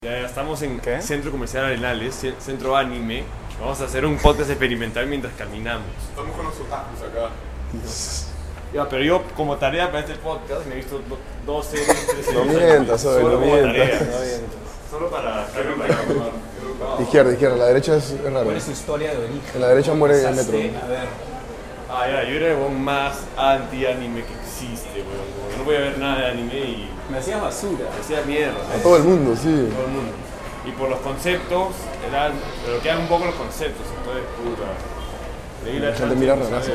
Ya estamos en ¿Qué? Centro Comercial Arenales, Centro Anime. Vamos a hacer un podcast experimental mientras caminamos. Estamos con los otakus acá. Ya, pero yo como tarea para este podcast me he visto dos series, tres series. No mientas, solo no como mientas. tarea. No mientas. Solo para Izquierda, la derecha es raro. ¿Cuál es su historia de origen? En la derecha muere el Pasaste, metro. A ver, Ah, ya, yo era el weón más anti-anime que existe, weón. Como que no voy a ver nada de anime y me hacías basura. me hacía mierda. A todo el mundo, sí. Todo el mundo. Y por los conceptos, pero quedan un poco los conceptos, entonces, puta. Leí la gente mira rarazo.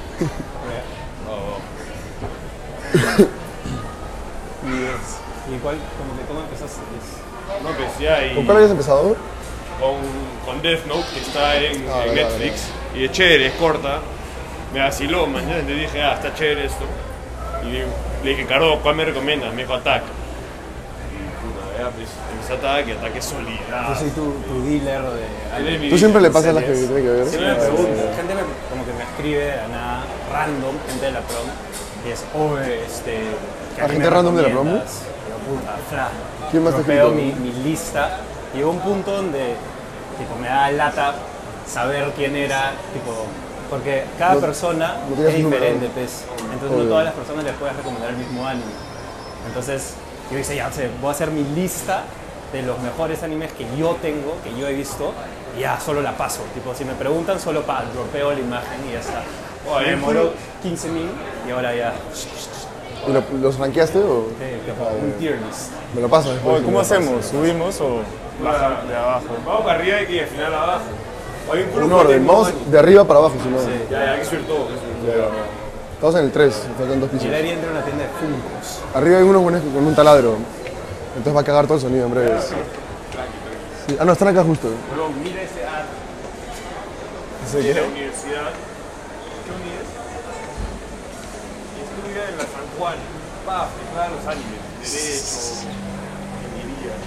¿Y cuál, cómo empezaste? No empecé ahí. ¿Con cuál habías empezado? Con Death Note, que está en Ah, verdad, Netflix, y es chévere, es corta. Me vaciló, mañana le dije, está chévere esto. Y le dije, Caro, ¿cuál me recomiendas? Me dijo Attack. Y puta, ya, pues, empecé Attack y Attack es Yo sólida. soy tu dealer de... Tú siempre le pasas las que series. tiene que ver. Sí, me pregunto. Gente como que me escribe de la nada, random, gente de la prom, y es, oye, ¿qué ¿A anime gente random de la prom? recomiendas? Y yo, puta, fla. ¿Quién más te Tropeo escribió? mi lista, y llegó un punto donde, tipo, me da lata saber quién era, tipo, porque cada No- persona no tenías es un número. diferente, pues. Entonces no Obvio. todas las personas les puedes recomendar el mismo anime. Entonces yo dije, ya, voy a hacer mi lista de los mejores animes que yo tengo, que yo he visto, y ya solo la paso. Tipo, si me preguntan, solo dropeo la imagen y ya está. Oh, Me ahí demoró 15.000 y ahora ya ¿Y los rankeaste o un tier list. me lo pasas después? ¿Cómo hacemos? ¿Subimos o baja de abajo? Vamos para arriba y al final abajo. Hay un Un orden, vamos de arriba para abajo, si no. Ya, hay que subir todo. Estamos en el 3, faltan 2 pisos. Y el área entra en una tienda de Funkos. Arriba hay unos buenos con un taladro. Entonces va a cagar todo el sonido en breve. Sí. Ah, no, están acá justo. Luego, mira ese ad ¿Ese de la qué? universidad. ¿Qué unidad es? Estudia en la San Juan. Pa, para los animes. Derecho, ingeniería.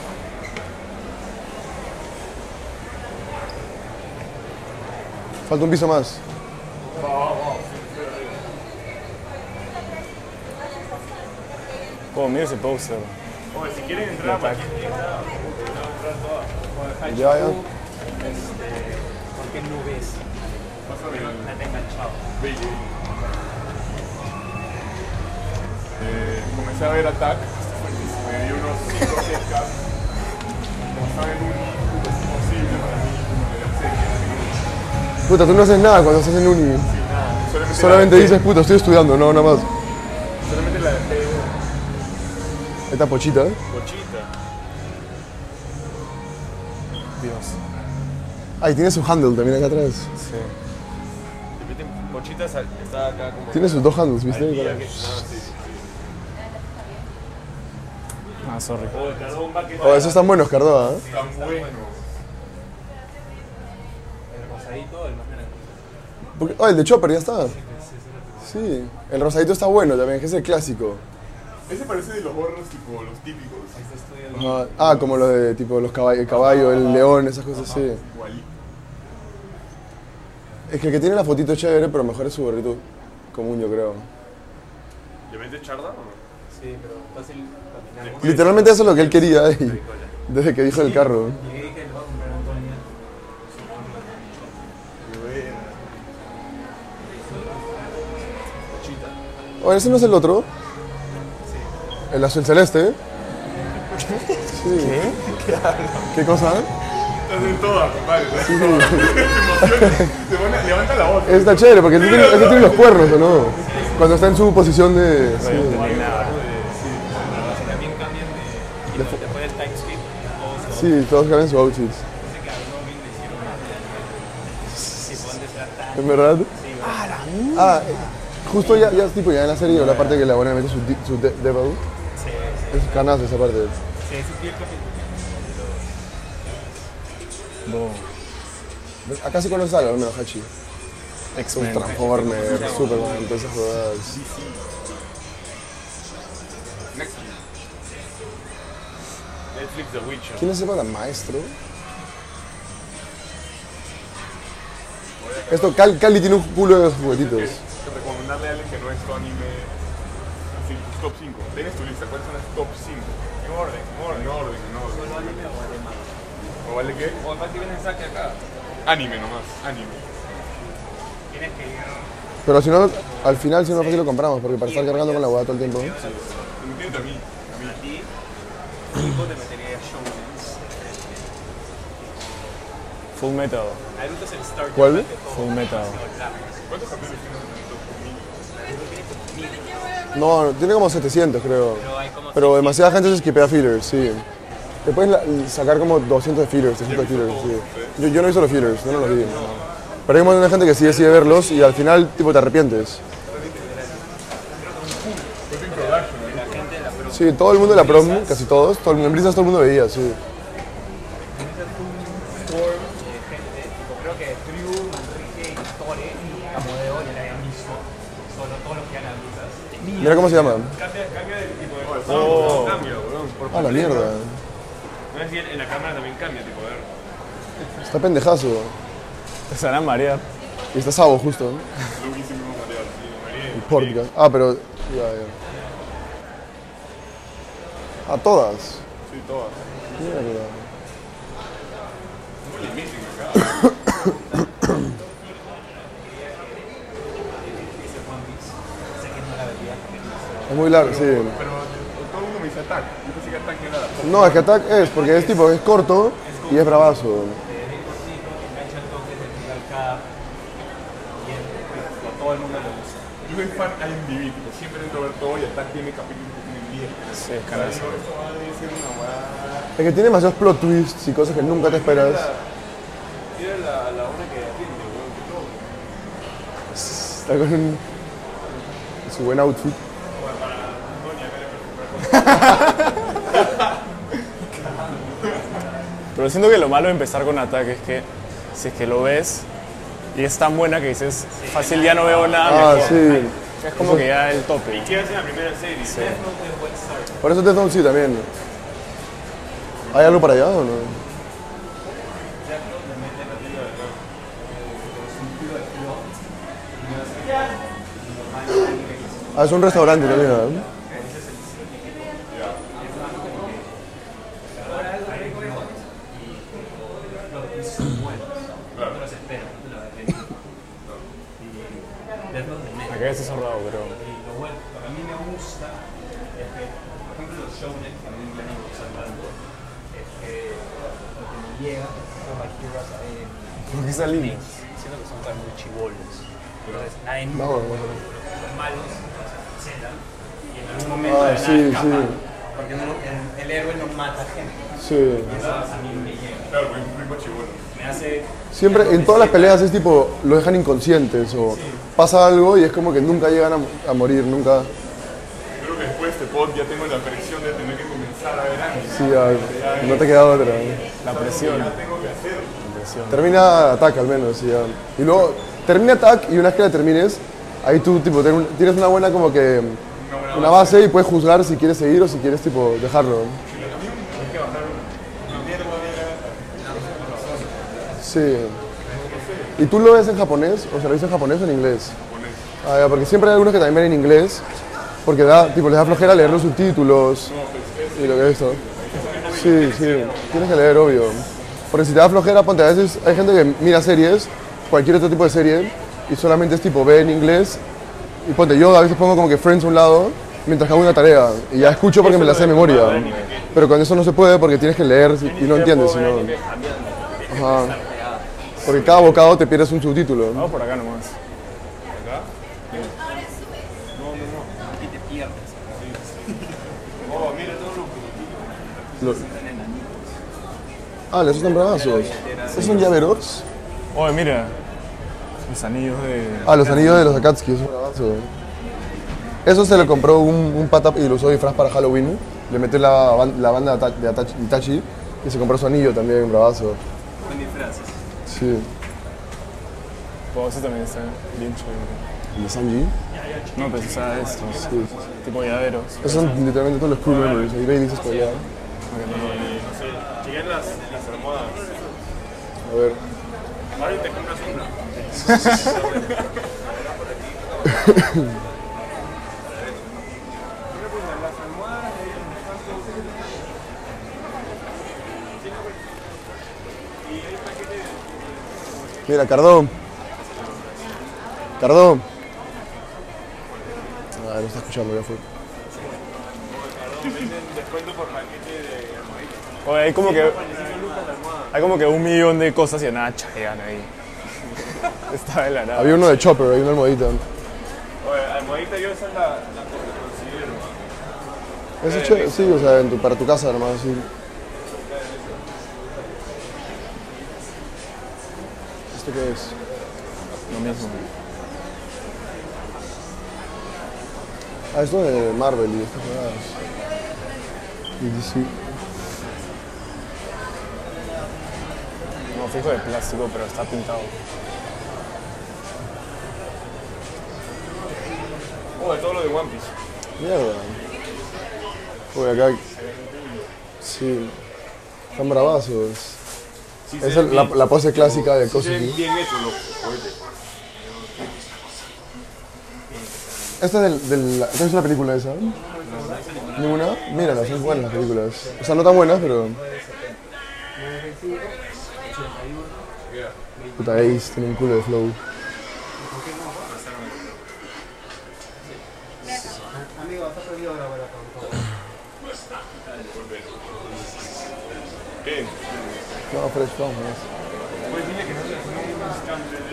Falta un piso más. Oh, mira ese póster. Oye, si quieren entrar, para quien entra, entrar todas. Ya, ya. ¿Por qué no ves? Me han enganchado. Comencé a ver Attack, me di unos 5 o 6 K. Como estaba en un es imposible para mí ver series. Puta, tú no haces nada cuando estás en uni. Nada, Solamente la dices, puta, estoy estudiando, no, nada más. solamente la dejé Esta pochita, ¿eh? Cochita. Dios. Ah, y tiene su handle también acá atrás. Sí. De repente, Cochita está acá como. Tiene sus 2 handles, ¿viste? al día que- sí. Ah, sorry. Oh, Cardón va que Oh, esos están buenos, Cardoa, ¿eh? tan bueno. El rosadito, el más grande. Porque- oh, el de Chopper ya está. Sí, el rosadito está bueno también, que es el clásico. Ese parece de los horrors tipo los típicos. Ajá. Ah, como los de tipo los el caballo, el león, esas cosas, sí. Igualito. Es que el que tiene la fotito es chévere, pero mejor es su gorrito común, yo creo. ¿Le metes charda o no? Sí, pero fácil caminar. Literalmente eso es lo que él quería y desde que dijo el carro. Llegué y dije, vamos a comprar Antonia. Oh, ese no es el otro. El azul celeste. Sí. ¿Qué cosa? Estás en todas, compadre. Te emociones. Levanta la voz. Está chévere porque ese tiene los cuernos, ¿o no? Cuando está en su posición de... Sí, También cambian de... Después del time skip, todos sí, todos cambian su outfit. sé que a Robin le hicieron una... Tipo, antes era tan... ¿En verdad? Ah, justo ya tipo ya en la serie, la parte que la buena mete su devil. Sí, Es canazo esa parte. sí, ese tiene el capítulo. Boom. Acá sí conoces algo, al menos Hachi. X-Men. Transformers, Superman, todas esas jugadas. Netflix The Witcher. ¿Quién es ese para maestro? Esto, Cali tiene un culo de juguetitos. Que recomendarle a alguien que no es tu anime. Así, tus top 5. Tienes tu lista. ¿Cuáles son las top 5? En orden. ¿O vale qué? O más que viene el saque acá. Anime nomás, anime. Tienes que ir. Pero si no, al final si no es fácil lo compramos, porque para estar cargando con la hueá todo el tiempo. Entiendo a mí. A ti, tipo te metería shounen. Full Metal. Naruto es el start. ¿Cuál? Full Metal. ¿Cuántos capítulos tiene? No, tiene como 700 creo. Pero demasiada gente se esquipea fillers, sí. Te puedes sacar como 200 de fillers, 300 de fillers, sí. Yo no hice los fillers, yo no los vi. Pero hay un montón de gente que sí decide verlos y al final tipo te arrepientes. Sí, todo el mundo de la prom, casi todos, en Brisas todo el mundo veía, sí. Creo que Triu, Manrique, Tore, Amodeo ya la habían visto. Solo todos los que han Brisas. Mira cómo se llama. Cambia de tipo de cambia, weón. Ah, la mierda. No es en la cámara también cambia, tipo, a ver. Está pendejazo. Se van a marear. Y está Sabo justo. Loquísimo material, sí, El podcast. Ah, pero. Ya. A todas. Sí, todas. Mierda. Muy limiting acá. Es muy largo, sí. Pero todo el mundo me dice Attack. Yo pensé que Attack era... No, es que Attack es, porque es tipo, es corto y es bravazo. Todo el mundo lo usa. Yo soy fan IMDb, tipo, siempre intento ver todo y Attack tiene capítulos que tienen 10. Sí, es carajo. Esto va a ser una hueá... Es que tiene demasiados plot twists y cosas que nunca te esperas. Mira la una que atiende, weón, que todo. Está con su buen outfit. Pero siento que lo malo de empezar con Attack es que si es que lo ves y es tan buena que dices, fácil ya no veo nada Ah, mejor. sí. Es como que ya el tope. ¿Qué hace en la primera serie? Sí. Por eso Death Note sí también. ¿Hay algo para allá o no? Ah, es un restaurante también, ¿eh? Acá está cerrado, pero... Lo bueno, lo que a mí me gusta es que, por ejemplo, los shounen, que a mí ya no me gustan tanto, es que lo que me llega son My Heroes ¿Por qué esa línea? siento que son tan muy chibolos. Entonces, nadie No, bueno. los malos se dan y en algún momento Ah, de nada sí, escapan, sí. porque el héroe no mata gente. Sí. Y eso a mí me llega. Claro, porque es un ritmo chibolo. Me hace... Siempre, en todas las peleas es tipo, lo dejan inconscientes o pasa algo y es como que nunca llegan a morir, nunca. Creo que después de este pod ya tengo la presión de tener que comenzar a ver anime. Sí, ya, no te queda otra. La presión. Ya tengo que hacer. Termina Attack al menos, y ya. Y luego termina Attack y una vez que la termines, ahí tú tipo, tienes una buena como que una base y puedes juzgar si quieres seguir o si quieres tipo dejarlo. Sí. ¿Y tú lo ves en japonés? O sea, ¿lo ves en japonés o en inglés? Ah, ya, porque siempre hay algunos que también ven en inglés, porque tipo, les da flojera leer los subtítulos y lo que es esto. Sí, sí, tienes que leer, obvio. Porque si te da flojera, ponte, a veces hay gente que mira series, cualquier otro tipo de serie, y solamente es tipo, ve en inglés, y ponte, yo a veces pongo como que Friends a un lado, mientras hago una tarea, y ya escucho porque me la sé de memoria. Pero con eso no se puede porque tienes que leer y no entiendes, sino... Ajá. Porque cada bocado te pierdes un subtítulo. Vamos por acá nomás. Aquí te pierdes. Oh, mira todo lo que... Esos están bravazos. ¿Esos son llaveros? Oye, mira. Los anillos de... Los anillos de los Akatsuki, es un bravazo. Eso se lo compró un pata y lo usó de disfraz para Halloween. Le metió la banda de Itachi y se compró su anillo también, bravazo. Con disfraces. Sí. Oh, eso también está bien chévere. ¿El de Sanji? No, pues o sea, estos. Sí. Tipo llaveros. Esos son literalmente todos los crew members. Ahí ve y dices por allá. Llegué las almohadas. A ver. Ahora te compras una. Mira, Cardón. Cardón. Ah, no está escuchando, ya fue. Descuento por paquete de almohadita. Oye, hay como que 1 millón de cosas y nada Chayanne ahí. Está de la nada. Había uno de Chopper, hay una almohadita. Oye, almohadita yo esa es la que considero. Ese sí, o sea, para tu casa nomás, sí. ¿Esto qué es? Lo mismo. Ah, esto es de Marvel y estas jugadas. Y DC. No, fijo de plástico, pero está pintado. Oye, todo lo de One Piece. Mierda. Uy, acá. Sí. Están bravazos. Sí, Esa es la pose clásica de se ven Kosuke. bien hechos los juguetes. Esta es ¿tú has visto la película esa? ¿Ninguna? Mírala, son buenas las películas. O sea, no tan buenas, pero... Puta, Ace tiene un culo de flow. ¿Qué? No, fresh, vamos. Pues dile que no se un instante de...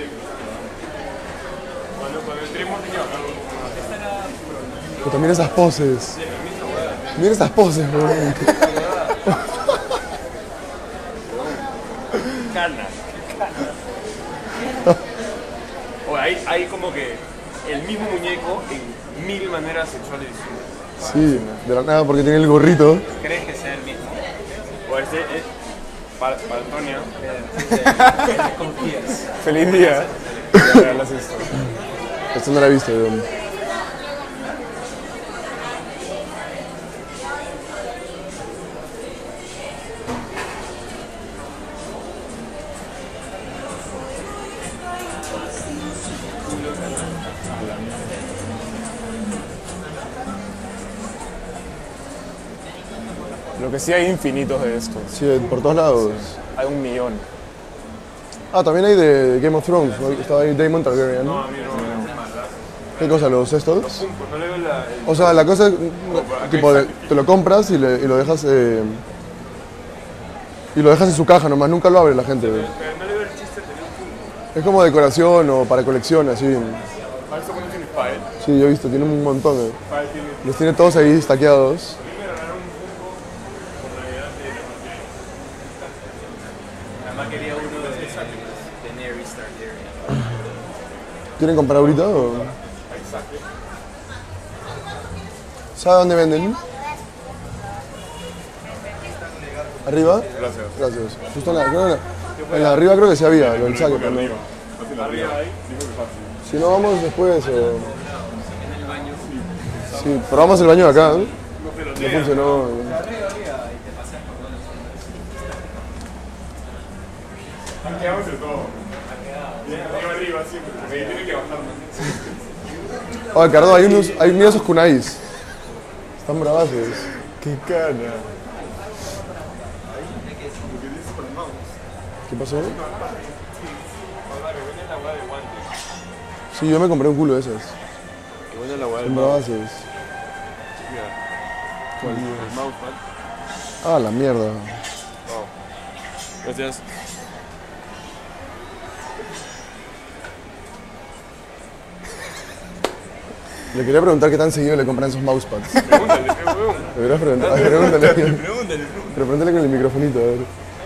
Cuando entremos tenía que bajarlo. Puta, mira esas poses. Mira esas poses, weón. Canas. O hay como que el mismo muñeco en 1000 maneras sexuales distintas. Sí, de la nada porque tiene el gorrito. ¿Crees que sea el mismo? O este es para Antonio. Confías. Feliz día. Ya las he visto. Esto no la he visto, weón. Lo que sí hay infinitos de estos. Sí, por todos lados. Hay 1 millón. Ah, también hay de Game of Thrones. ¿No? Estaba ahí Daemon Targaryen. No, a mí no. ¿Qué cosa? ¿Los estos? Pues no le veo la... O sea, la cosa es, tipo, te lo compras y lo dejas en su caja nomás, nunca lo abre la gente. No le veo el chiste de tener un punto. Es como decoración o para colección, así. A eso cuando tiene Fael. Sí, yo he visto, tiene un montón. Fael tiene... Los tiene todos ahí stackeados. A mí me regalaron un punto por Navidad de la Además quería uno de Daenerys Targaryen. ¿Quieren comprar ahorita o...? ¿Sabe dónde venden? ¿Arriba? Gracias. Gracias. Justo en la arriba creo que sí había, lo del saque. Pero no. Arriba ahí, dijo que fácil. Si no, vamos después o... Sí, probamos el baño de acá, ¿no? No No pelotea. funcionó. Quedamos de todo. Arriba siempre, porque ahí tiene que bajar. Oye, Cardo, mira esos kunais. Están bravazos. ¡Qué cana! ¿Qué pasó? Sí, yo me compré un culo de esas. Qué buena la Son bravazos. El mousepad. Ah, la mierda. Gracias. Le quería preguntar qué tan seguido le compran esos mousepads. Pregúntale, qué huevón. Deberías preguntar. A ver, pregúntale. Pregúntale. Pero pregúntale con el microfonito, a ver.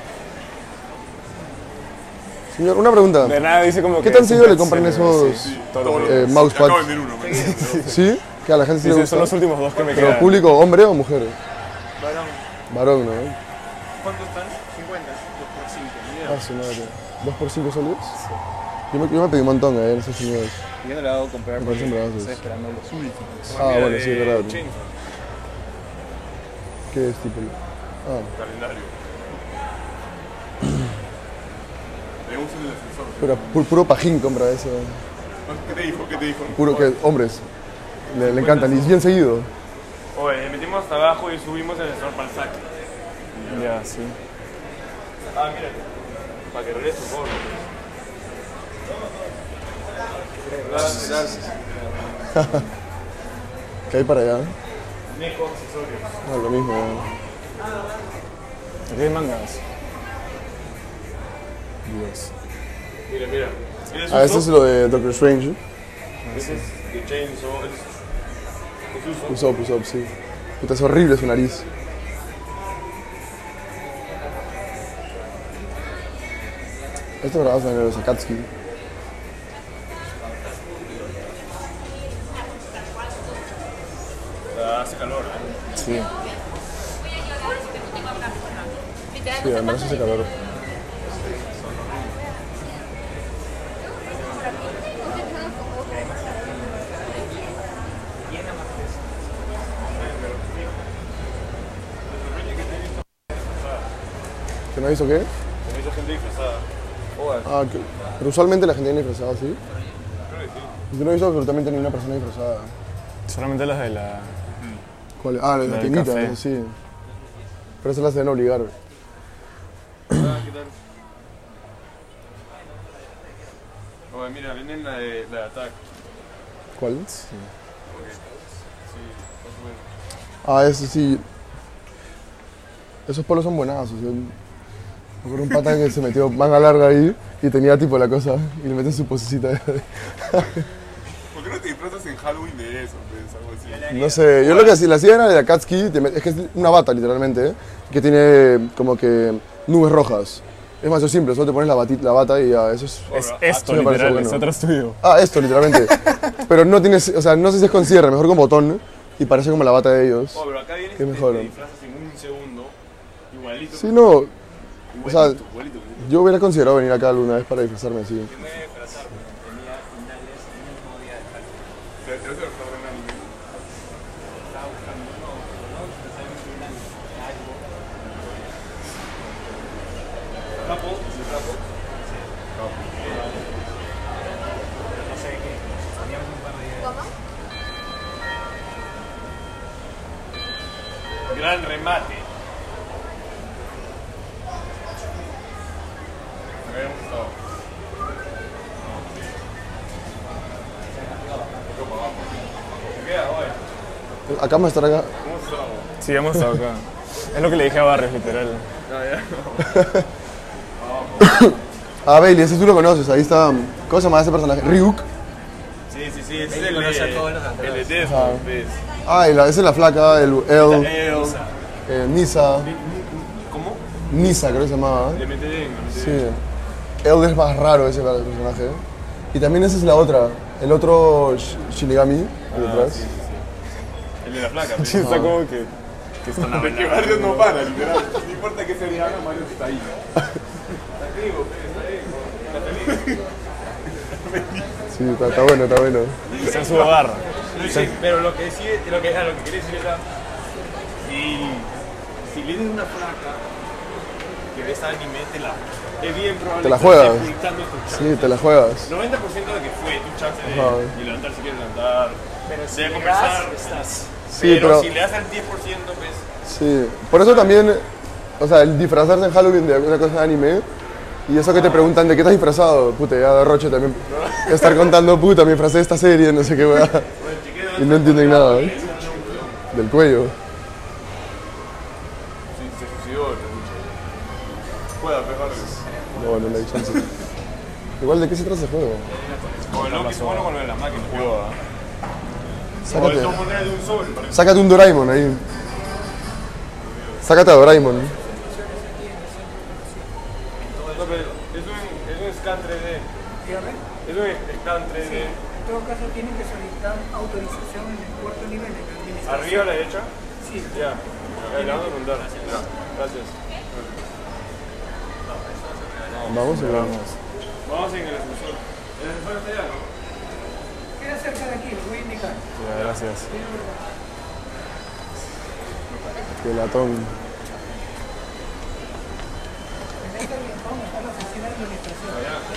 Señor, una pregunta. De nada dice como ¿Qué que tan es seguido un le compran bestseller, esos sí, todos los días. mousepads? Acabo de vender uno, man. ¿Sí? ¿Que a la gente sí le Dice, gusta? son los últimos 2 que me ¿Pero quedan. público, hombre o mujer? Varón, Varón, ¿no? ¿cuánto están? 50, 2 por 5. Ah, su madre. ¿2 por 5 soles? Yo me pedí un montón, no sé si me das. Yo no la hago comprar Me porque parecen bravazos. estoy esperando los últimos. Ah, bueno, sí, es verdad. Chainsaw. ¿Qué es tipo? Ah, Calendario. Le uso en el ascensor. pero puro pajín compra eso. ¿Qué te dijo? ¿Qué te dijo? Puro que hombres. Le encantan. Y bien seguido. Oye, le metimos hasta abajo y subimos el ascensor para el saque. Ya, sí. Ah, mira. Para que regrese tu forma. Gracias. ¿Qué hay para allá? Neko accesorios. Ah, lo mismo. Aquí hay mangas. Dios. Mira, mira. ¿Quieres Ah, este es lo de Doctor Strange. Ese es de Chainsaw. Es Usopp, Usopp, sí. Puta, es horrible su nariz. Esto grabado en los Akatsuki. hace calor. Sí. Sí, además hace calor. ¿Que no ha visto qué? He visto gente disfrazada. Ah, pero usualmente la gente viene disfrazada, ¿sí? Creo que sí. Yo no he visto absolutamente ninguna persona disfrazada. Solamente las de la... ¿Cuál? Ah, la del tiendita, café. sí. Pero eso las deben obligar. ¿Qué tal? Oye, mira, vienen la de Attack. ¿Cuál? Sí, más o menos. Ah, eso sí. Esos polos son buenazos. Yo me acuerdo un pata que se metió manga larga ahí y tenía tipo la cosa y le meten su posecita. ¿Por qué no te disfrazas en Halloween de eso? Pues, algo así. No sé, yo lo que la hacía era de Akatsuki, es que es una bata literalmente, que tiene como que nubes rojas. Es demasiado simple, solo te pones la bata y ya, eso es... Es esto, me parece literal, bueno. es otro estudio. Ah, esto literalmente. Pero no tienes, o sea, no sé si es con cierre, mejor con botón y parece como la bata de ellos. Oh, pero acá vienes Qué y mejor. te disfrazas en un segundo. Igualito. Sí, no, o sea, igualito. yo hubiera considerado venir acá alguna vez para disfrazarme así. Yo me voy a disfrazar, tenía finales el mismo día de Halloween. ¿Te vas a disfrazar en anime? Estaba buscando, no disfrazarme en un anime, algo. ¿Capo? ¿Sí, capo? No sé qué, teníamos un par de ideas. Gran remate. Me habíamos estado. ¿Qué queda hoy? Acá vamos a estar acá. ¿Cómo has estado? Sí, hemos estado acá. Es lo que le dije a Barrios, literal. Ah, Bailey, ese tú lo conoces, ahí está, ¿cómo se llama ese personaje? Ryuk. Sí, ese es el de Death Ajá. Note, ¿ves? Ah, y esa es la flaca, el Elsa. Nisa, ¿Cómo? Nisa creo que se llamaba. Le mete bien, Sí. El es más raro ese personaje. Y también esa es la otra, el otro Shinigami, ahí detrás. El de la placa. Sí, está como que está en la De que vela. Barrios no para, literal. No importa que sería Ana, Mario está ahí. Sí, está bueno, está bueno. Está en su barra. Sí, pero lo que quería decir era, si le das una placa que ves anime, es bien probable Te la que juegas. estés ocultando tu chance. Sí, te la juegas. 90% de que fue tu chance Ajá. de levantar si quieres levantar, Pero si de le conversar. das, estás. Sí, pero si le das al 10%, pues Sí, por eso también, o sea, el disfrazarse en Halloween de una cosa de anime, y eso que te preguntan de qué estás disfrazado, puta, ya de Roche también, estar contando, puta, me disfrazé de esta serie, no sé qué weá, y no entienden nada, ¿eh? Del cuello. se suicidó. Pueda pegarle. No, no le hay chance. Igual, ¿de qué se trata ese juego? Con el Loki es bueno con lo de las máquinas. Sácate, De todas maneras de un sol. parece. sácate un Doraemon ahí. Sácate a Doraemon. No, pero es un scan 3D. Dígame. Es un scan 3D. En todo caso, tienen que solicitar autorización en el cuarto nivel de la administración. Arriba a la derecha. Sí. Ya. Ahí le vamos a contar. Gracias. Vamos y vamos. Vamos en el ascensor. El ascensor está allá, ¿no? Queda cerca de aquí, lo voy a indicar. Ya, gracias. Qué latón. En este rincón está la oficina de administración.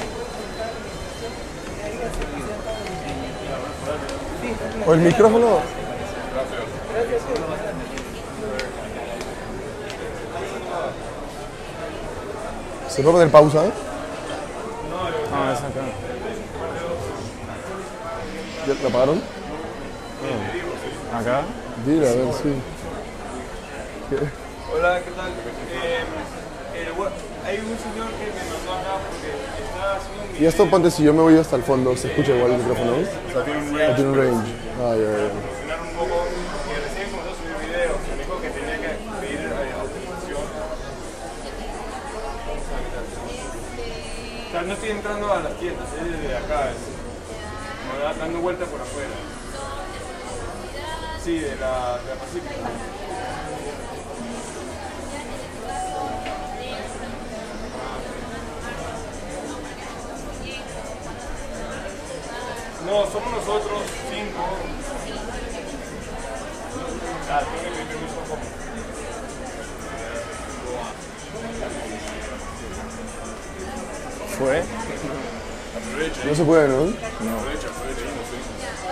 Ahí se presenta el- Sí, está bien. ¿O el micrófono? ¿Se puede poner pausa? No, es acá. ¿Ya la apagaron? Acá. Dile, a ver, sí. Hola, ¿qué tal? Hay un señor que me mandó acá porque está haciendo un video. Y esto, ponte, si yo me voy hasta el fondo, ¿se escucha igual el micrófono? O sea, tiene un ¿O range. tiene un range? Ah, ya, ya. Mencionar un poco que recién comenzó a subir videos. Me dijo que tenía que pedir autorización. O sea, no estoy entrando a las tiendas, es desde acá, dando vueltas por afuera. Sí, de la Pacífico. No, somos nosotros 5. Ah, tengo que pedir permiso como. ¿Fue? No se puede, ¿no? Aprovecha, no sé.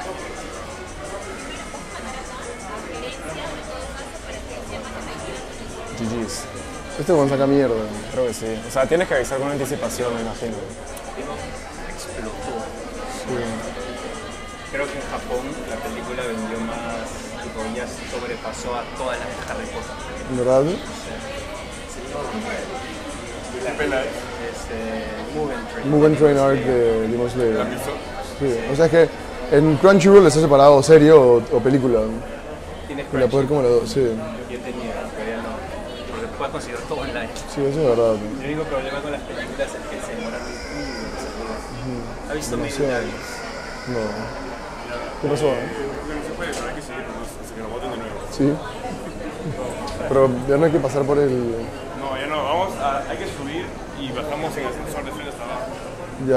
GG's. Este weón saca mierda. Creo que sí. O sea, tienes que avisar con anticipación, me imagino. Explotó. Creo que en Japón la película vendió más, tipo, ya sobrepasó a todas las de Harry Potter. ¿Verdad? ¿Qué pela es? Mugen Train. Mugen Train Art de Demon Slayer. ¿La has visto? Sí. O sea, es que en Crunchyroll está separado serie o película. Tienes Y la puedo ver como las dos, sí. Yo tenía, pero ya no. Porque puedes conseguir todo online. Sí, eso es verdad. El único problema con las películas es que se demoran un mundo en salir. ¿Ha visto Demasiado. Midnight? No. ¿Qué pasó? No se puede, pero hay que seguir nomás, hasta que lo voten de nuevo. Sí. Pero ya no hay que pasar por el... No, ya no, vamos a, hay que subir y bajamos en ascensor de hasta abajo. Ya.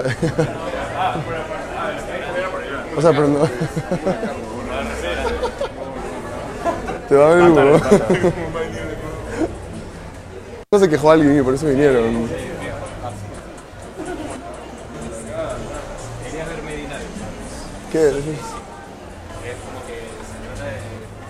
Era por allá. O sea, pero no... Te va a ver el huevo. No se quejó alguien y por eso vinieron. Quería ver Midnight. ¿Qué? Es como que se trata de...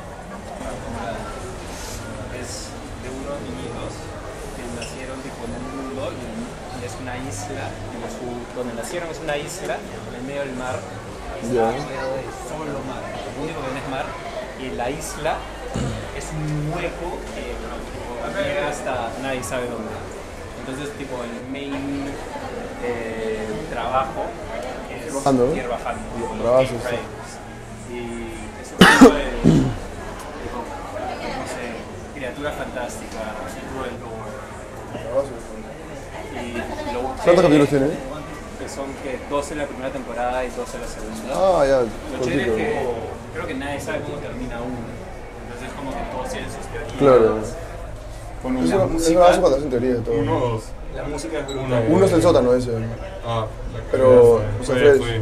Es de unos niñitos que nacieron tipo en un mundo y es una isla, donde nacieron es una isla en el medio del mar, Ya. rodeado de solo mar, lo único que ven es mar, y la isla es un hueco que tipo, llega hasta nadie sabe dónde. Entonces tipo el main trabajo es Bajando, ¿no? ir bajando. Bravazos, Gate sí. frames. Y es un tipo de, tipo, no sé, criatura fantástica, dentro del lore. Y lo ¿Cuántos capítulos tiene? que son que 12 en la primera temporada y 12 en la segunda. Ah, ya, Lo chévere es cortito. que creo que nadie sabe cómo termina uno. Entonces como que todos tienen sus teorías. Claro. Con Es la una música, base cuando hacen teoría de todo. 1 o 2. la música es brutal. Uno es el sótano ese. Ah, Pero, ya o sea, fue. Fred.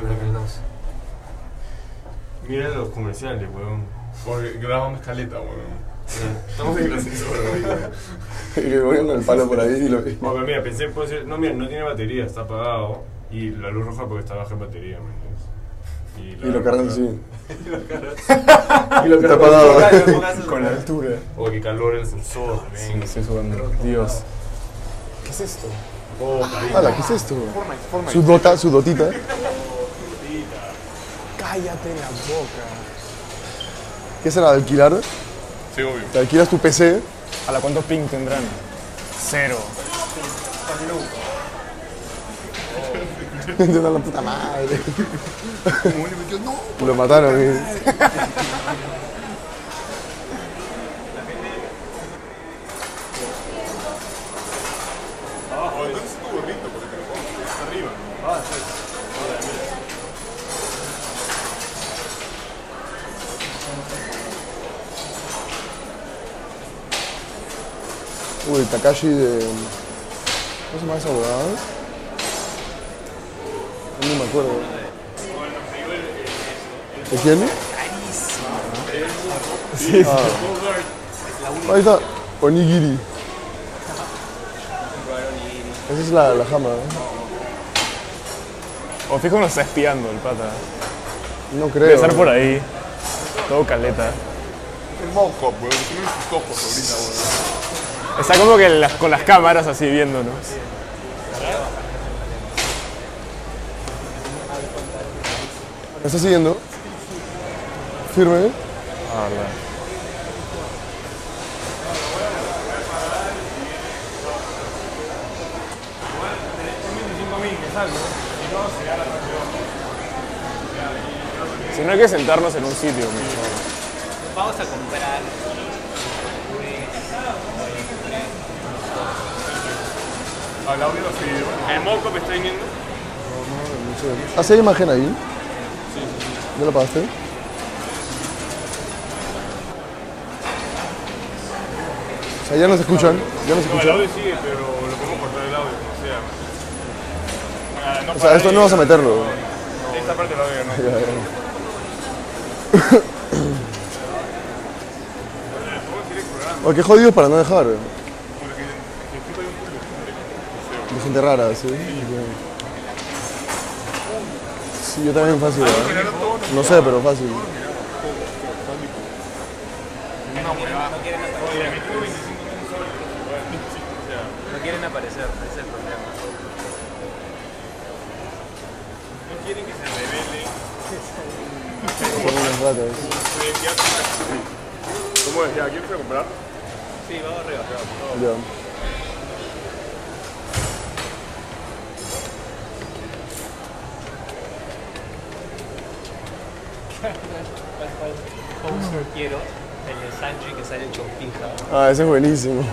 Mira los comerciales, weón. Porque grabamos escaleta, weón. Estamos en el ascensor, weón. Y le ponen con el palo por ahí y lo... No, pero mira, pensé, puede ser, no, mira, no tiene batería, está apagado. Y la luz roja porque está baja en batería, ¿me entiendes? Y lo cargan así. Y lo Está apagado. Con la altura. O que calor el sensor, Sí, ven. me estoy sudando. Dios. ¿Qué es esto? Oh, cariño. ¡Hala! ¿Qué es esto? Su dotita. Cállate la boca. ¿Qué será? ¿De alquilar? Sí, obvio. ¿Te alquilas tu PC? ¿A la cuántos ping tendrán? 0. De la puta madre. Lo mataron. Oh, ¿dónde está tu gorrito? Porque te lo pongo. Está arriba. Uy, Takashi de... ¿Cómo se llama esa huevada? No me acuerdo. ¿De quién? Sí. Ahí está. Onigiri. Esa es la jama. O fijo nos está espiando el pata. No Debe creo. estar por ahí. Todo caleta. Es el Mount Hop, weón. Tienen sus copos ahorita, weón. Está como que con las cámaras así viéndonos. ¿Me estás siguiendo? Firme. Ah, verdad. Si no hay que sentarnos en un sitio, mejor. Vamos a comprar. Al audio sí, bueno. El moco me está viniendo. ¿Ah, sí hay imagen ahí? Sí. ¿Ya lo pagaste? O sea, ya no se escuchan. Ya no se No, el escuchan. audio sigue, pero lo podemos cortar el audio, como sea. Ah, no O sea, esto para no vas a meterlo. Esta parte del audio no. Ya, ya. Oye, qué jodidos para no dejar. De gente rara, sí. Sí, yo también fácil. ¿eh? No sé, pero fácil. No quieren aparecer, ese es el problema. No quieren que se revele. Son unas ratas. ¿Cómo es? ¿Ya quién fue a comprar? Sí, vamos arriba. Ya. Poster quiero, el de Sanji que sale con pija. Ah, ese es buenísimo.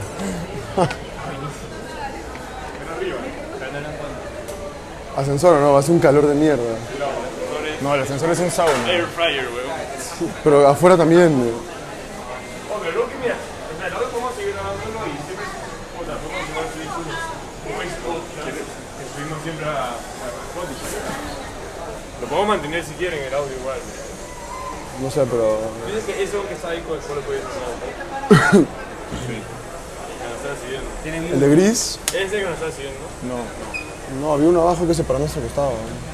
Pero no lo encuentro. Ascensor o no, va a ser un calor de mierda. No, el ascensor es un sauna. Air fryer, weón. Pero afuera también. Oh, pero luego que mira, o sea, luego podemos seguir grabándolo y siempre, o sea, podemos subir un Facebook que subimos siempre a Spotify. Lo podemos mantener si quieren el audio igual. No sé, pero. Dices que eso que está ahí con el lo puedes hacer. Sí. Que nos está siguiendo. El de gris. Ese que nos está siguiendo. No, había uno abajo que se paró a nuestro costado.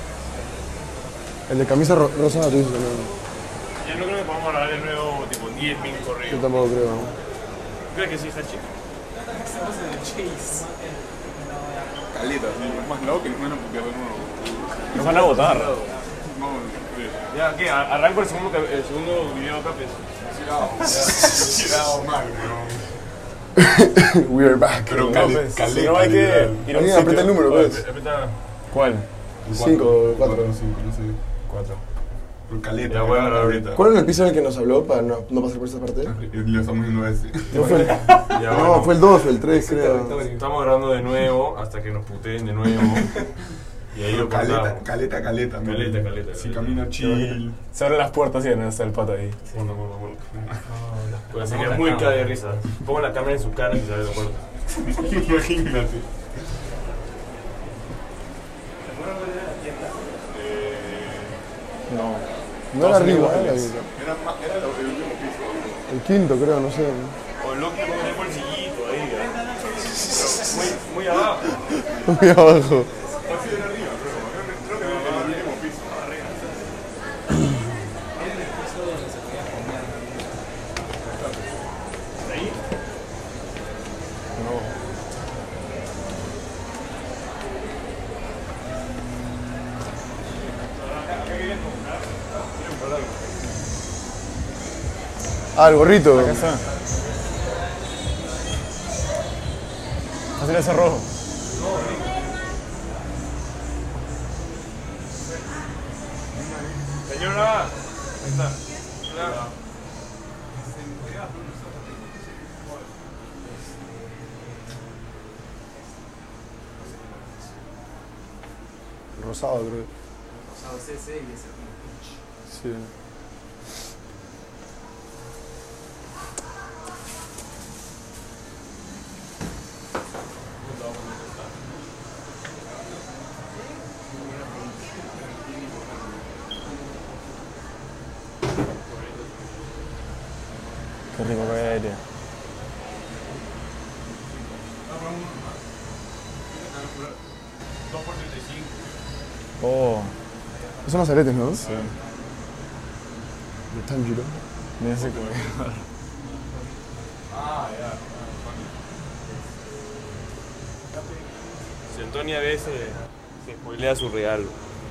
El de camisa rosada, tú dices también. Ya no creo que podamos grabar de nuevo, tipo 10 mil Yo corridos. tampoco creo. ¿Crees que sí, Hachi? Caleta, sí. Más lado que nos van a putear de nuevo. Nos van a botar. No, Ya, ¿qué? Arranco el segundo video acá, pues. tirado mal, We are back. pero pues, si no hay que ir a un Alguien aprieta el sitio. número, pues. Aprieta. ¿Cuál? 5, 4. 5, no sé. 4. Pero caleta. Ya voy a grabar ahorita. ¿Cuál era el piso en el que nos habló para no pasar por esta parte? Y le estamos viendo ese. No, fue el, Ya, no, bueno. fue el 2 o el 3, creo. Estamos grabando de nuevo hasta que nos puteen de nuevo. Y ahí lo cortamos. Caleta. Caleta. Si camina chill. Se abren las puertas y ya no está el pato ahí. Bueno. Pues sería muy cara de risa. Pongo la cámara en su cara y se abre la puerta. Imagínate. No. No era arriba, era Era el último piso. el quinto, creo, no sé. O el loco que pone el bolsillito ahí, ¿ya? Muy abajo. Muy abajo. Así era arriba, creo que era el último piso. Ahí. Ah, el gorrito. Acá está. Hacer ese rojo. Señora. Ahí está. Hola. Rosado, creo. Rosado CC y ese Sí. Qué rico que hay aire. Oh, Son los aretes, ¿no? sí. De Tanjiro. Mira ese que Si Antonia ve, se spoilea su regalo.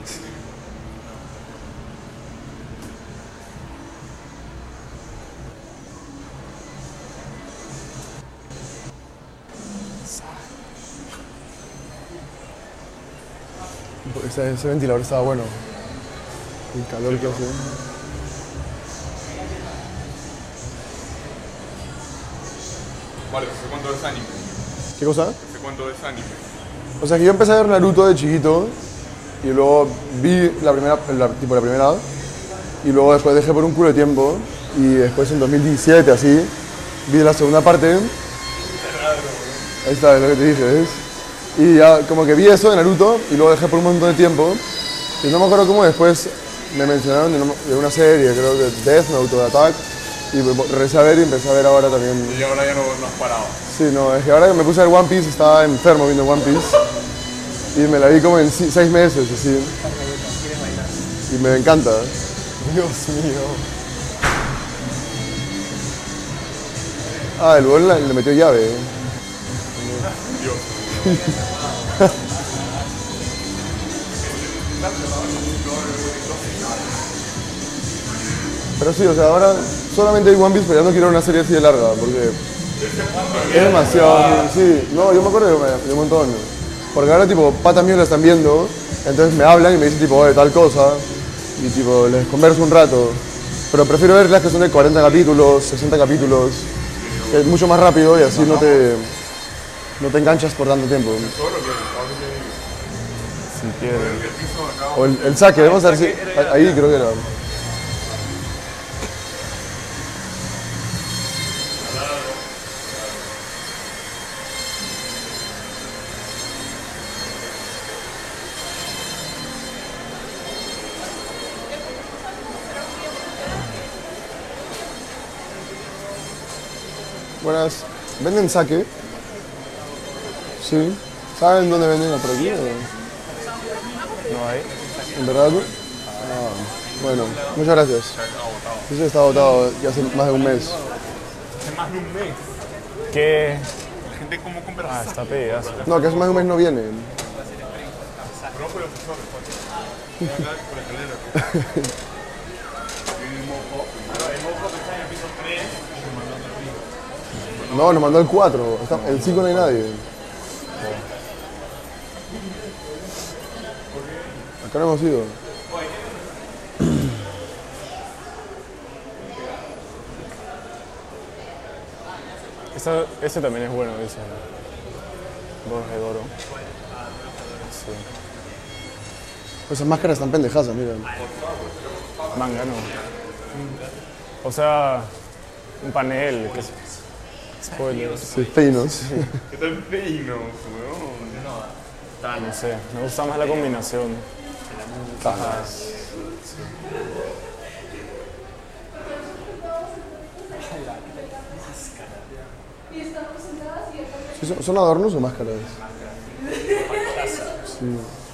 Ese ventilador estaba bueno. El calor que hace. Vale, ¿hace cuánto ves anime? ¿Qué cosa? ¿Hace cuánto ves anime? O sea que yo empecé a ver Naruto de chiquito y luego vi la primera y luego después dejé por un culo de tiempo y después en 2017 así vi la segunda parte. Ahí está, es lo que te dije, ¿ves? Y ya como que vi eso de Naruto y luego dejé por un montón de tiempo y no me acuerdo cómo después me mencionaron de una serie, creo que Death Note o de Attack y regresé a ver y empecé a ver ahora también. Y ahora ya no has parado. Sí, no, es que ahora que me puse a ver One Piece estaba enfermo viendo One Piece y me la vi como en 6 meses, así. Y me encanta. Dios mío. Ah, el gol le metió llave. Pero sí, o sea, ahora solamente hay One Piece, pero ya no quiero una serie así de larga, porque es demasiado. Sí, no, yo me acuerdo de un montón. Porque ahora, tipo, patas míos la están viendo, entonces me hablan y me dicen, tipo, oye, tal cosa, y, tipo, les converso un rato. Pero prefiero ver las que son de 40 capítulos, 60 capítulos, que es mucho más rápido y así no te enganchas por tanto tiempo. Sin piedra. O el saque, vamos a ver si. Ahí creo que era. Buenas. ¿Venden saque? Sí. ¿Saben dónde venden por aquí? No hay. ¿En verdad? Ah, bueno, muchas gracias. Eso está agotado ya hace más de un mes. Hace más de un mes. ¿Qué? La gente cómo compra Ah, está pedidazo. No, que hace más de un mes no viene. No, por los asesores, pues. Acá por la escalera. Tiene un mojo. El moco que está en el piso 3 y me mandó otro piso. No, nos mandó el 4. El 5 no hay nadie. Acá no hemos ido. Ese también es bueno, dice. Borges de oro. Sí. Esas máscaras están pendejasas, mira. Manga, no. O sea, un panel. Que spoilers. Sí, peinos. ¿Qué tal peino, weón? No sé, me gusta más la combinación. Sí, ¿son adornos o máscaras? Sí.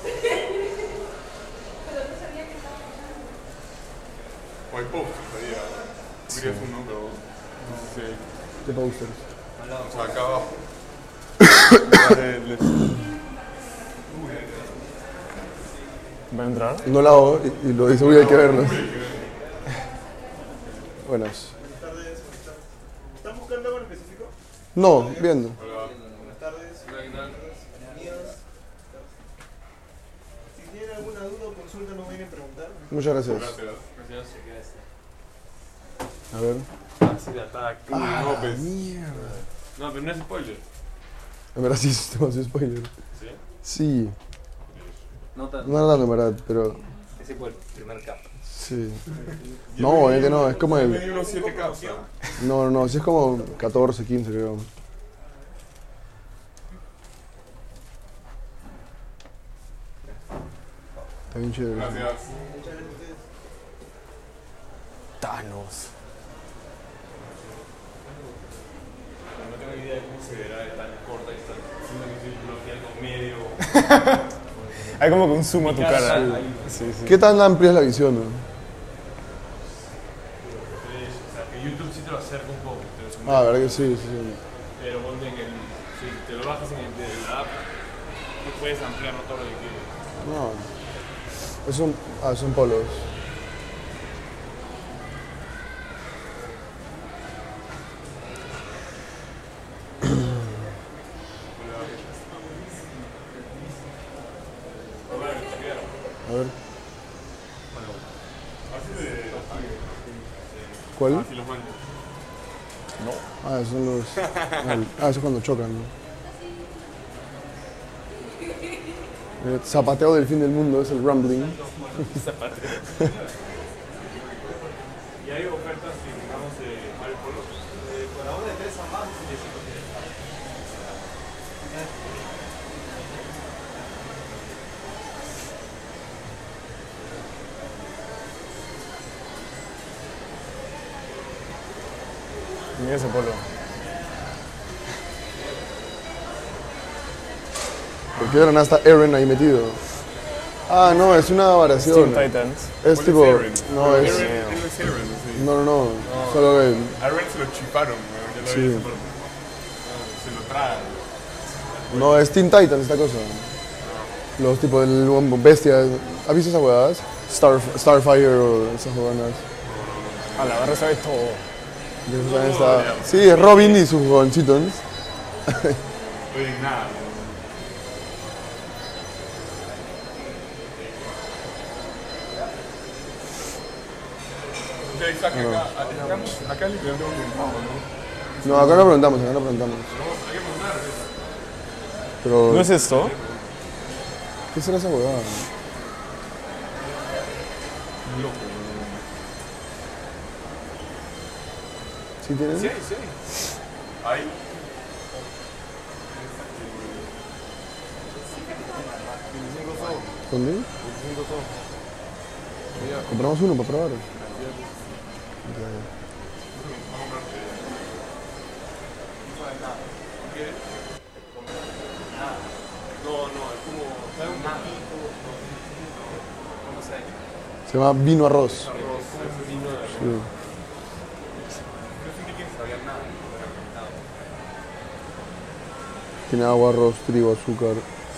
O hay posters ahí. Yo quería hacer uno, pero no sé. ¿Qué posters? O sea, acá abajo. ¿Va a entrar? No la hago y lo dice, uy, hay que verlos. Buenas. ¿Están buscando algo en específico? No, viendo. Buenas tardes. Bienvenidos. Si tienen alguna duda o consulta, no vienen a preguntar. Muchas gracias. Gracias. A ver. Así de ataque. No, pues. Mierda. No, pero no es spoiler. En verdad sí, es demasiado spoiler. ¿Sí? Sí. No tanto. No era tanto, en verdad, pero Ese fue el primer cap. sí. No, obviamente no, es como Me el... di unos 7 caps. No, sí es como 14, 15 creo. Está bien chévere. Gracias. Thanos. No tengo idea de cómo se verá de tan corta distancia. Siento que soy bloqueando medio. Hay como que un zoom a tu cara. Sí, sí. ¿Qué tan amplia es la visión? ¿No? O sea, que YouTube sí te lo acerca un poco. Te lo Ah, verdad que sí, sí. Pero ponte en el. Si te lo bajas en el de la app, tú puedes ampliarlo todo lo que quieres. No. Son polos. A ver. ¿Cuál? Así los manchas. Ah, esos son los... eso es cuando chocan, ¿no? El zapateo del fin del mundo es el rumbling. Y hay ofertas si digamos al polo. Por ahora de 3 abajo y de 5 Mira ese polo. ¿Por qué de la nada está Eren ahí metido? Ah, no, es una variación. Teen Titans. Es tipo... No, es... Él no es Eren, sí. No. Solo que... A Eren se lo chiparon, weón. Ya lo Sí. vi, se lo tragan. No, es Teen Titans esta cosa. Los tipos del bestia. ¿Has visto esas huevadas? Starfire o esas huevadas. A la barra sabe todo. Sí, es Robin y sus jovencitos. No oyen nada. O sea, Isaac, acá le preguntamos un poco, ¿no? No, acá no preguntamos. Pero... ¿No es esto? ¿Qué será esa huevada? ¿Sí tienen? Sí, sí. Ahí. ¿Dónde? Compramos uno para probar. Se llama vino arroz. Sí. Tiene agua, arroz, trigo, azúcar.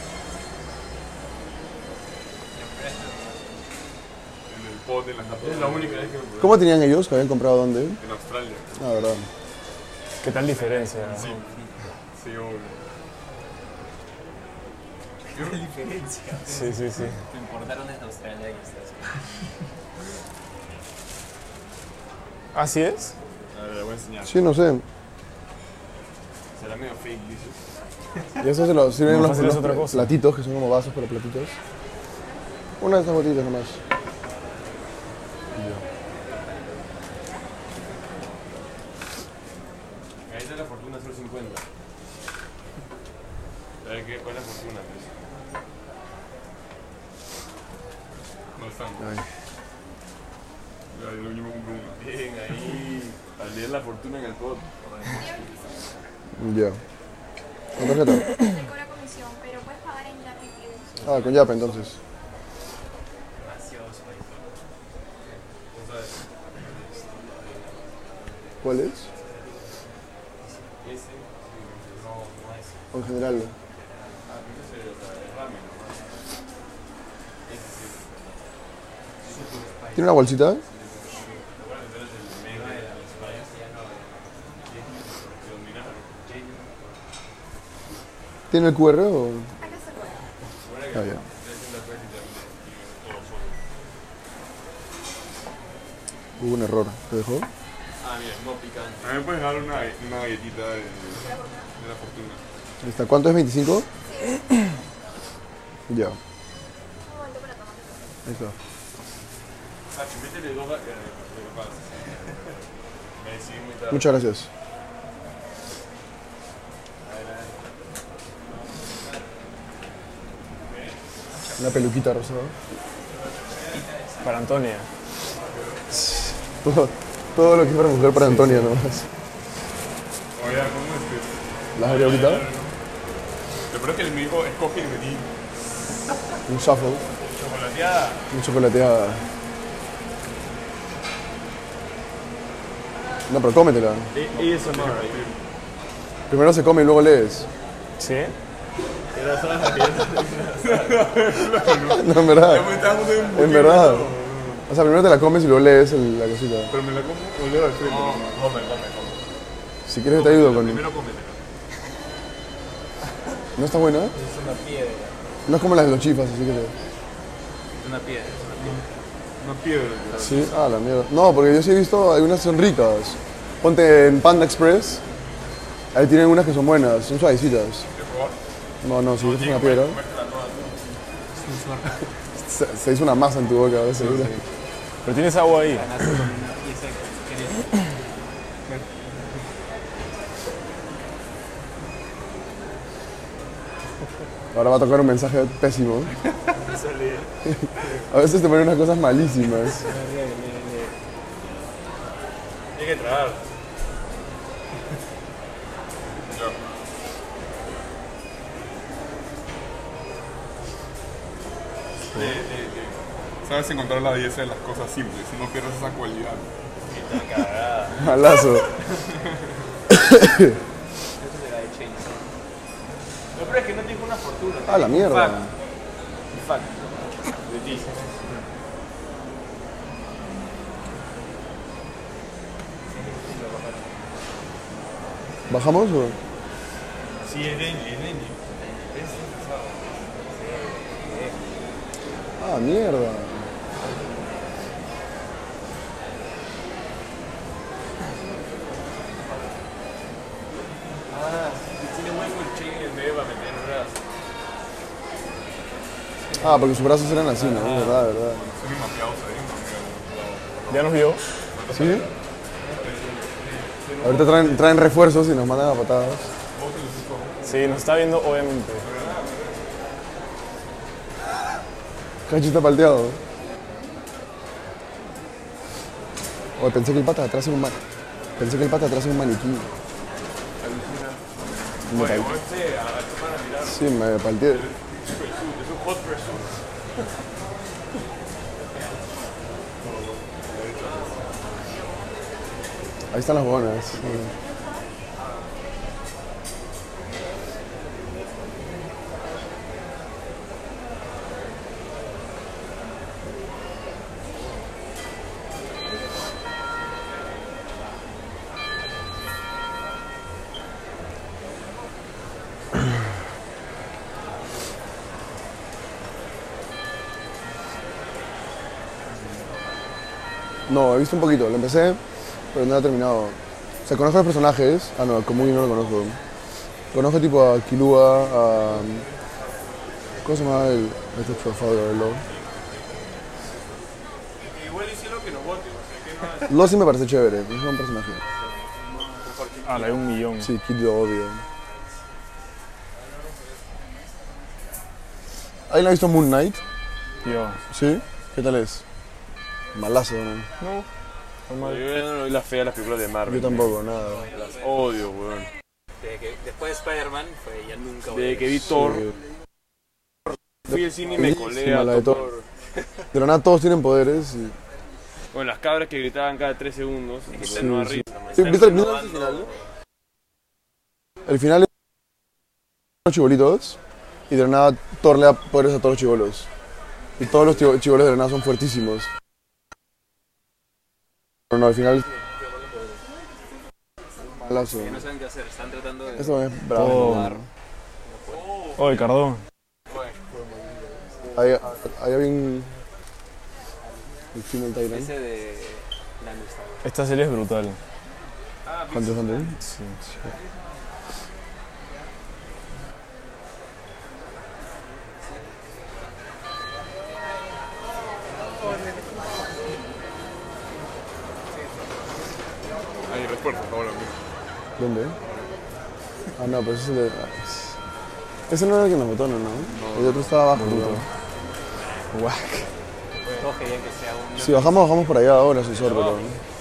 En el pot de la Japón. Es la única vez que me probé. ¿Cómo tenían ellos? ¿Que habían comprado dónde? En Australia. Ah, verdad. ¿Qué tal diferencia? Sí. Sí, obvio. ¿Qué diferencia? Sí. Te importaron desde Australia y estás. ¿Así es? A ver, le voy a enseñar. Sí, no sé. Será medio fake, dices. Y eso se lo sirven No, los, fácil es los otra cosa. platitos, que son como vasos, pero platitos. Una de estas botellitas nomás. Ahí está la fortuna 0.50. A ver cuál es la fortuna, pues. No están. Ay. Ya, yo me compré una. Bien, ahí. Al leer la fortuna en el pot. Ya. ¿Con tarjeta? Te cobra comisión, pero puedes pagar en Yape y Tigo. Ah, con Yape entonces. Gracioso. ¿Cuál es? Ese. No es. O en general. Ah, pero ese es ramen nomás. Ese sí. ¿Tiene una bolsita? ¿Tiene el QR o...? Acá se puede. Ah, ya. Hubo un error. ¿Te dejó? Ah, mira, no picante. A mí me puedes dar una galletita de la fortuna. Ahí está. ¿Cuánto es 25? Ya. Un momento para tomar. Ahí está. Ah, métele dos capaz. Me decidí muy tarde. Muchas gracias. Una peluquita rosada. Para Antonia. Todo lo que es para mujer para Antonia nomás. Oye, ¿cómo ¿Las abrí ahorita? Lo peor es que me dijo, escoge y metí Un shuffle. chocolateada. Un chocolateada. No, pero cómetela. ASMR. Primero se come y luego lees. ¿Sí? Era solo la piedra. No, en verdad. Ya me estás dando un En verdad. O sea, primero te la comes y luego lees la cosita. Pero me la como o leo al frente. Come. Si quieres te ayudo con... Primero cómetela. ¿No está buena? Es una piedra. No es como las de los chifas, así que... Es una piedra. Una piedra. Sí, la mierda. No, porque yo sí he visto, algunas son ricas. Ponte en Panda Express, ahí tienen unas que son buenas, son suavecitas. No, si es una piedra. Se hizo una masa en tu boca, ahora seguro. Pero tienes agua ahí. Ganaste con una pieza que Ahora va a tocar un mensaje pésimo. A veces te ponen unas cosas malísimas. Tiene que tragar. Sabes encontrar la belleza de las cosas simples, si no pierdes esa cualidad. Malazo. Lo peor es que no tengo una fortuna. La mierda. Fact. De ti. ¿Bajamos o...? Sí, es Denji. Mierda. Tiene hueco el chain en el medio para meter un brazo. Porque sus brazos eran así, ¿no? Verdad. Son mapeados ahí, ¿Ya nos vio? ¿Sí? Ahorita traen refuerzos y nos mandan a patadas. Sí, nos está viendo obviamente. Cacho está palteado. Oye, pensé que el pata de atrás era un maniquí. Me Oye, pal- vos a la semana mirar. Sí, me palteé. Es un hot pursuit. Ahí están las bonas. Sí. No, he visto un poquito, lo empecé, pero no lo he terminado. O sea, conozco los personajes. No, a Komugi no lo conozco. Conozco tipo a Killua, a... ¿Cómo se llama este Trafalgar, el Law? Igual hicieron que nos voten, o sea que no Law sí me parece chévere, es un buen personaje. Hay 1 millón. Sí, Kid lo odio. ¿Alguien ha visto Moon Knight? Yo. ¿Sí? ¿Qué tal es? Malazo, ¿no? No. Yo no le doy la fe a las películas de Marvel. Yo tampoco, nada. Las odio, weón. Después de Spider-Man, ya nunca voy Desde a que vi Sí. Thor, fui al cine y me colé a la de Thor. De la nada todos tienen poderes y... Con las cabras que gritaban cada 3 segundos y que te Sí, no da sí. risa. man. ¿Viste el final? El final es los chibolitos y de la nada Thor le da poderes a todos los chibolos. Y todos los chibolos de la nada son fuertísimos. Pero no, al final... Malazo. no saben qué hacer, están tratando de... Eso es bravo. Todo. Oye, Cardón. Ahí había un... El Female Titan. Ese de la amistad. Esta serie es brutal. Hunter x Hunter. Sí. Hay refuerzos ahora mismo. ¿Dónde? No, pero ese es el de... Ese no era el que nos botó, ¿no? El otro estaba abajo. ¿no? Guac. Todos querían que sea un... Si bajamos por allá ahora, asesor, pero...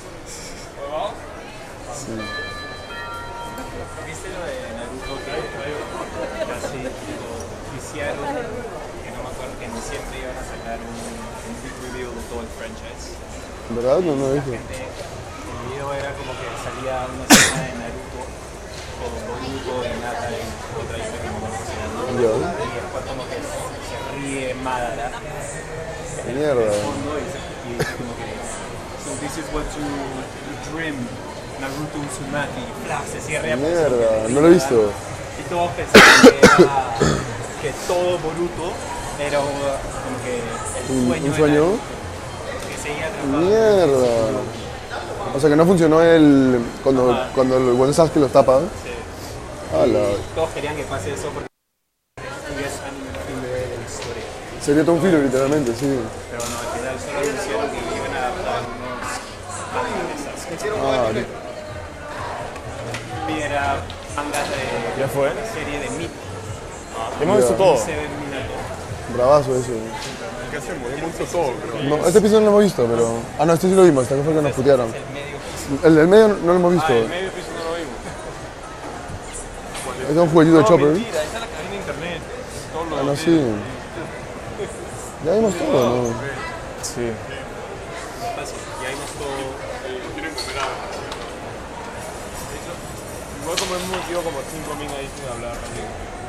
Sí. ¿Viste lo de Naruto que casi lo oficiaron? Que no me acuerdo, que en diciembre iban a sacar un big review de todo el franchise. ¿Verdad? No he visto. El video era como que salía una escena de Naruto con Boruto y nata en otra historia como Ya. y después como que se ríe Madara en Mierda. el fondo y dice como que so this is what you dream Naruto Uzumaki y bla, se cierra Mierda, no lo he visto. y todos pensaban que todo Boruto era como que el sueño, ¿Un sueño? que seguía atrapado. Mierda. O sea que no funcionó cuando el buen Sasuke los tapa. Ala. Todos querían que pase eso porque es anime filler de la historia. Sería todo un filo literalmente, sí. Pero no, al final solo anunciaron que iban a adaptar unos mangas. Ah, Y era mangas de ¿Ya fue? la serie de Meat. Hemos visto todo. Seven Minato. bravazo eso. ¿Qué hacemos? Hemos visto todo, pero... No, este episodio no lo hemos visto, pero... Ah, no, este sí lo vimos, este fue el que nos putearon. El medio piso. El del medio no lo hemos visto. El medio piso no lo vimos. Este es un jueguito de Chopper. Mentira, ahí está la cabina de internet. Todo lo Ah, no, sí. Ya vimos todo, ¿no? Sí. Fácil. Y ahí vimos todo. Quieren comer algo. Igual como hemos metido como 5 min ahí sin hablar también.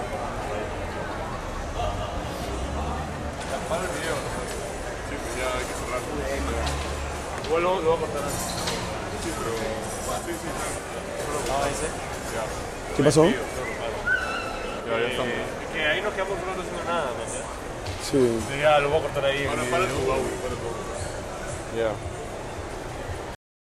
Para el video. Sí, pues ya hay que cerrar. Igual lo voy a cortar antes. Sí, pero... Sí, sí, claro. ¿Qué pasó? Ya estamos. Es que ahí nos quedamos un rato haciendo nada, man. Sí. Ya lo voy a cortar ahí. Ahora para tu baúl, para tu baúl. Ya.